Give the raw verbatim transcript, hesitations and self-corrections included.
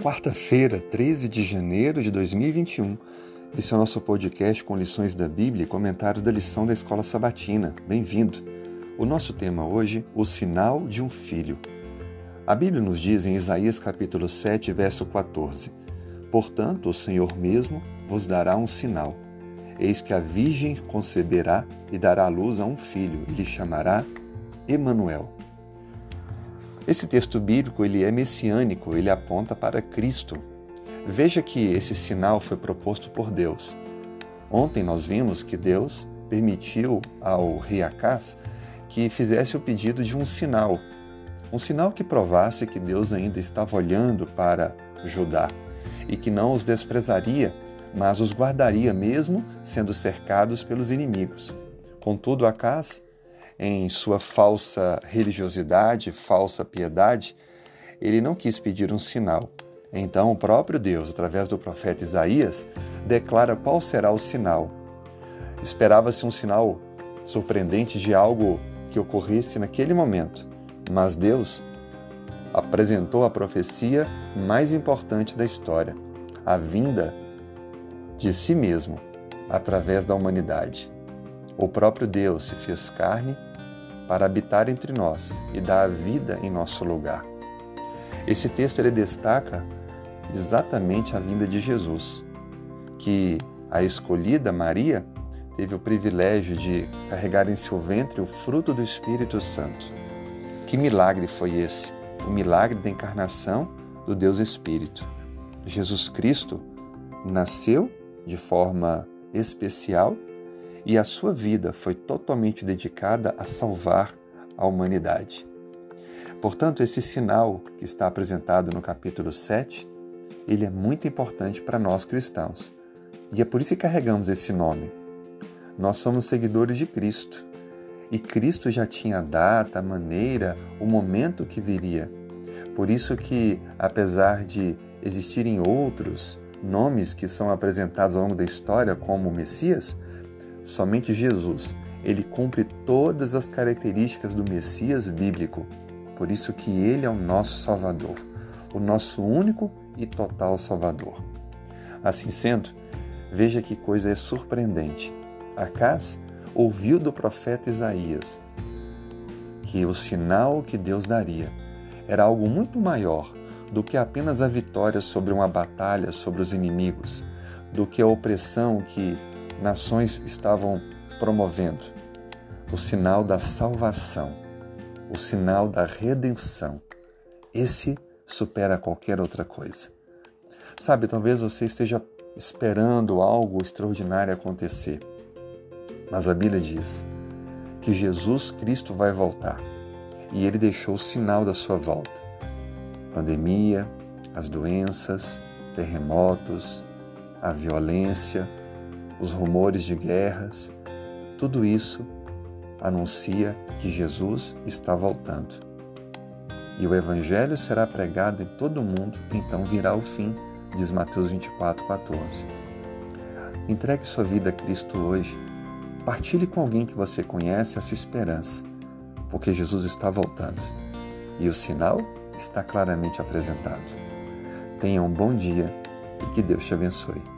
quarta-feira, treze de janeiro de dois mil e vinte e um. Esse é o nosso podcast com lições da Bíblia e comentários da lição da Escola Sabatina. Bem-vindo! O nosso tema hoje, o sinal de um filho. A Bíblia nos diz em Isaías capítulo sete, verso quatorze: Portanto, o Senhor mesmo vos dará um sinal. Eis que a virgem conceberá e dará à luz a um filho, e lhe chamará Emanuel. Esse texto bíblico ele é messiânico, ele aponta para Cristo. Veja que esse sinal foi proposto por Deus. Ontem nós vimos que Deus permitiu ao rei Acás que fizesse o pedido de um sinal, um sinal que provasse que Deus ainda estava olhando para Judá e que não os desprezaria, mas os guardaria mesmo sendo cercados pelos inimigos. Contudo, Acás, em sua falsa religiosidade, falsa piedade, ele não quis pedir um sinal. Então o próprio Deus, através do profeta Isaías, declara qual será o sinal. Esperava-se um sinal surpreendente de algo que ocorresse naquele momento, mas Deus apresentou a profecia mais importante da história, a vinda de si mesmo através da humanidade. O próprio Deus se fez carne para habitar entre nós e dar a vida em nosso lugar. Esse texto ele destaca exatamente a vinda de Jesus, que a escolhida Maria teve o privilégio de carregar em seu ventre o fruto do Espírito Santo. Que milagre foi esse? O milagre da encarnação do Deus Espírito. Jesus Cristo nasceu de forma especial e a sua vida foi totalmente dedicada a salvar a humanidade. Portanto, esse sinal que está apresentado no capítulo sete, ele é muito importante para nós cristãos. E é por isso que carregamos esse nome. Nós somos seguidores de Cristo. E Cristo já tinha a data, a maneira, o momento que viria. Por isso que, apesar de existirem outros nomes que são apresentados ao longo da história como Messias, somente Jesus, ele cumpre todas as características do Messias bíblico. Por isso que ele é o nosso Salvador, o nosso único e total Salvador. Assim sendo, veja que coisa é surpreendente. Acás ouviu do profeta Isaías que o sinal que Deus daria era algo muito maior do que apenas a vitória sobre uma batalha sobre os inimigos, do que a opressão que nações estavam promovendo. O sinal da salvação, o sinal da redenção. Esse supera qualquer outra coisa. Sabe, talvez você esteja esperando algo extraordinário acontecer, mas a Bíblia diz que Jesus Cristo vai voltar e ele deixou o sinal da sua volta. Pandemia, as doenças, terremotos, a violência, os rumores de guerras, tudo isso anuncia que Jesus está voltando. E o Evangelho será pregado em todo o mundo, então virá o fim, diz Mateus vinte e quatro, quatorze. Entregue sua vida a Cristo hoje. Partilhe com alguém que você conhece essa esperança, porque Jesus está voltando. E o sinal está claramente apresentado. Tenha um bom dia e que Deus te abençoe.